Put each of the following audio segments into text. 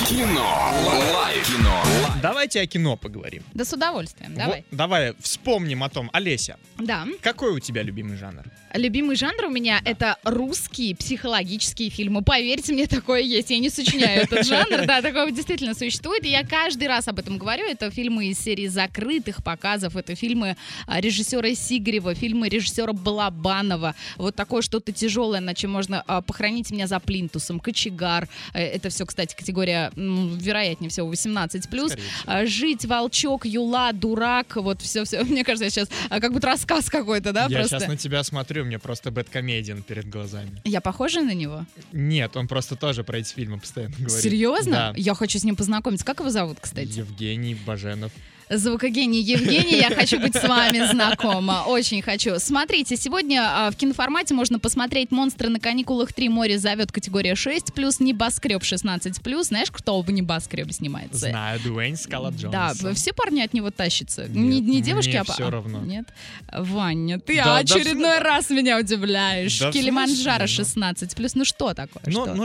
Кино. Лайф. Кино. Давайте о кино поговорим. Да с удовольствием, давай. Давай вспомним о том. Олеся, Да. какой у тебя любимый жанр? Любимый жанр у меня — это русские психологические фильмы. Поверьте мне, такое есть. Я не сочиняю этот жанр. Да, такое действительно существует. И я каждый раз об этом говорю. Это фильмы из серии закрытых показов. Это фильмы режиссера Сигарева, фильмы режиссера Балабанова. Вот такое что-то тяжелое, на чем можно похоронить меня за плинтусом. Кочегар. Это все, кстати, категория, вероятнее всего, 18+. Жить, волчок, Юла, дурак. Вот все. Мне кажется, я сейчас как будто рассказ какой-то, да? Я просто. сейчас на тебя смотрю, мне просто бэдкомедиан перед глазами. Я похожа на него? Нет, он просто тоже про эти фильмы постоянно говорит. Серьезно? Да. Я хочу с ним познакомиться. Как его зовут, кстати? Евгений Баженов. Звукогений Евгений, я хочу быть с вами знакома. Очень хочу. Смотрите, сегодня в киноформате можно посмотреть «Монстры на каникулах 3. Море зовет», категория 6+, «Небоскреб» 16+. Знаешь, кто в «Небоскребе» снимается? Знаю, Дуэйн Скала Джонсон. Да, все парни от него тащатся. Нет, Не девушки, мне а все равно. Нет? Ваня, ты Да, очередной раз меня удивляешь. Да в Килиманджаро смысле? 16+. Ну что такое?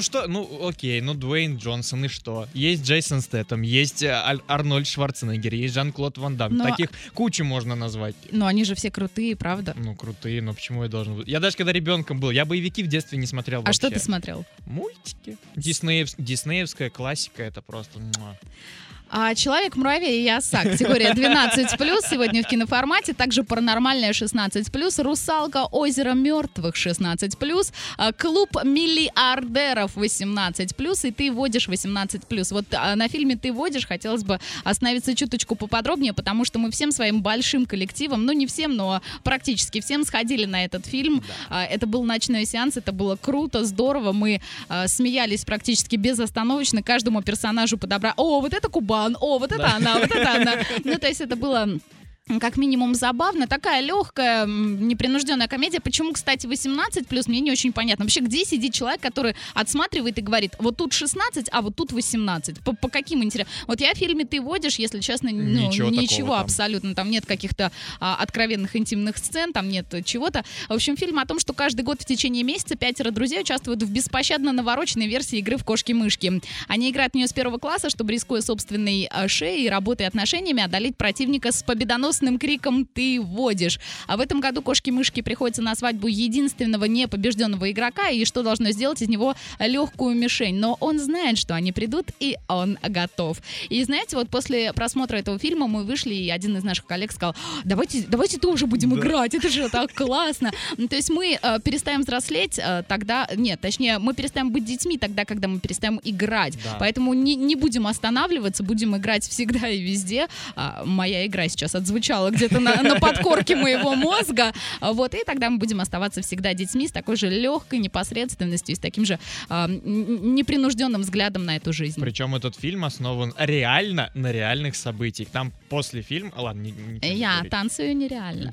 Окей, Дуэйн Джонсон и что? Есть Джейсон Стэттем, есть Арнольд Шварценеггер, есть Жан-Клод Ван Дамм. Но- Таких кучу можно назвать. Ну они же все крутые, правда? Ну, крутые, но почему я должен быть? Я даже когда ребенком был, я боевики в детстве не смотрел вообще. А что ты смотрел? Мультики. Диснеевская классика, это просто... муа. «Человек-муравей» и «Оса», категория 12+, сегодня в киноформате, также «Паранормальная» 16+, «Русалка. Озеро мертвых» 16+, «Клуб миллиардеров» 18+, и «Ты водишь» 18+. Вот на фильме «Ты водишь» хотелось бы остановиться чуточку поподробнее, потому что мы всем своим большим коллективом, ну не всем, но практически всем сходили на этот фильм. Это был ночной сеанс, это было круто, здорово, мы смеялись практически безостановочно, каждому персонажу подобрали: «О, вот это Кубан! О, вот это она, вот это она!» Ну, то есть это было... как минимум забавно, такая легкая, непринужденная комедия. Почему, кстати, 18+, мне не очень понятно. Вообще, где сидит человек, который отсматривает и говорит: вот тут 16, а вот тут 18? По каким интересам? Вот я в фильме «Ты водишь», если честно, Ничего ничего такого абсолютно. Там нет каких-то откровенных интимных сцен, там нет чего-то. В общем, фильм о том, что каждый год в течение месяца 5 друзей участвуют в беспощадно навороченной версии игры в кошки-мышки. Они играют в нее с 1 класса, чтобы, рискуя собственной шеей, работой и отношениями, одолеть противника с победоносным криком «Ты водишь». А в этом году кошки-мышки приходится на свадьбу единственного непобежденного игрока, и что должно сделать из него легкую мишень. Но он знает, что они придут, и он готов. И знаете, вот после просмотра этого фильма мы вышли, и один из наших коллег сказал: давайте тоже будем играть, это же так классно. Ну, то есть мы перестаем взрослеть тогда, нет, точнее, мы перестаем быть детьми тогда, когда мы перестаем играть. Да. Поэтому не будем останавливаться, будем играть всегда и везде. Моя игра сейчас отзвучала где-то на подкорке моего мозга. Вот, и тогда мы будем оставаться всегда детьми с такой же легкой непосредственностью и с таким же непринужденным взглядом на эту жизнь. Причем этот фильм основан реально на реальных событиях. Там после фильма... Ладно, не Я танцую нереально.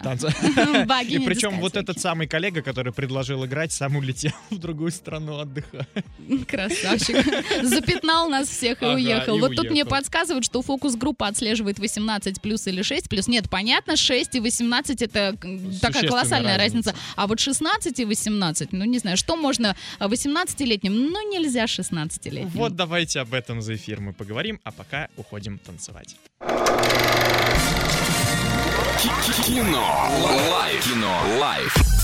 И Богиня причем вот дискотеки. этот самый коллега, который предложил играть, сам улетел в другую страну отдыхать. Красавчик. Запятнал нас всех и Ага, уехал. и Вот тут мне уехал. подсказывают, что фокус-группа отслеживает 18+ или 6+. Нет, понятно, 6 и 18 — это такая колоссальная разница. А вот 16 и 18, ну не знаю, что можно 18-летним, но нельзя 16-летним. Вот давайте об этом за эфир мы поговорим, а пока уходим танцевать. Кино. Лайф. Кино. Лайф.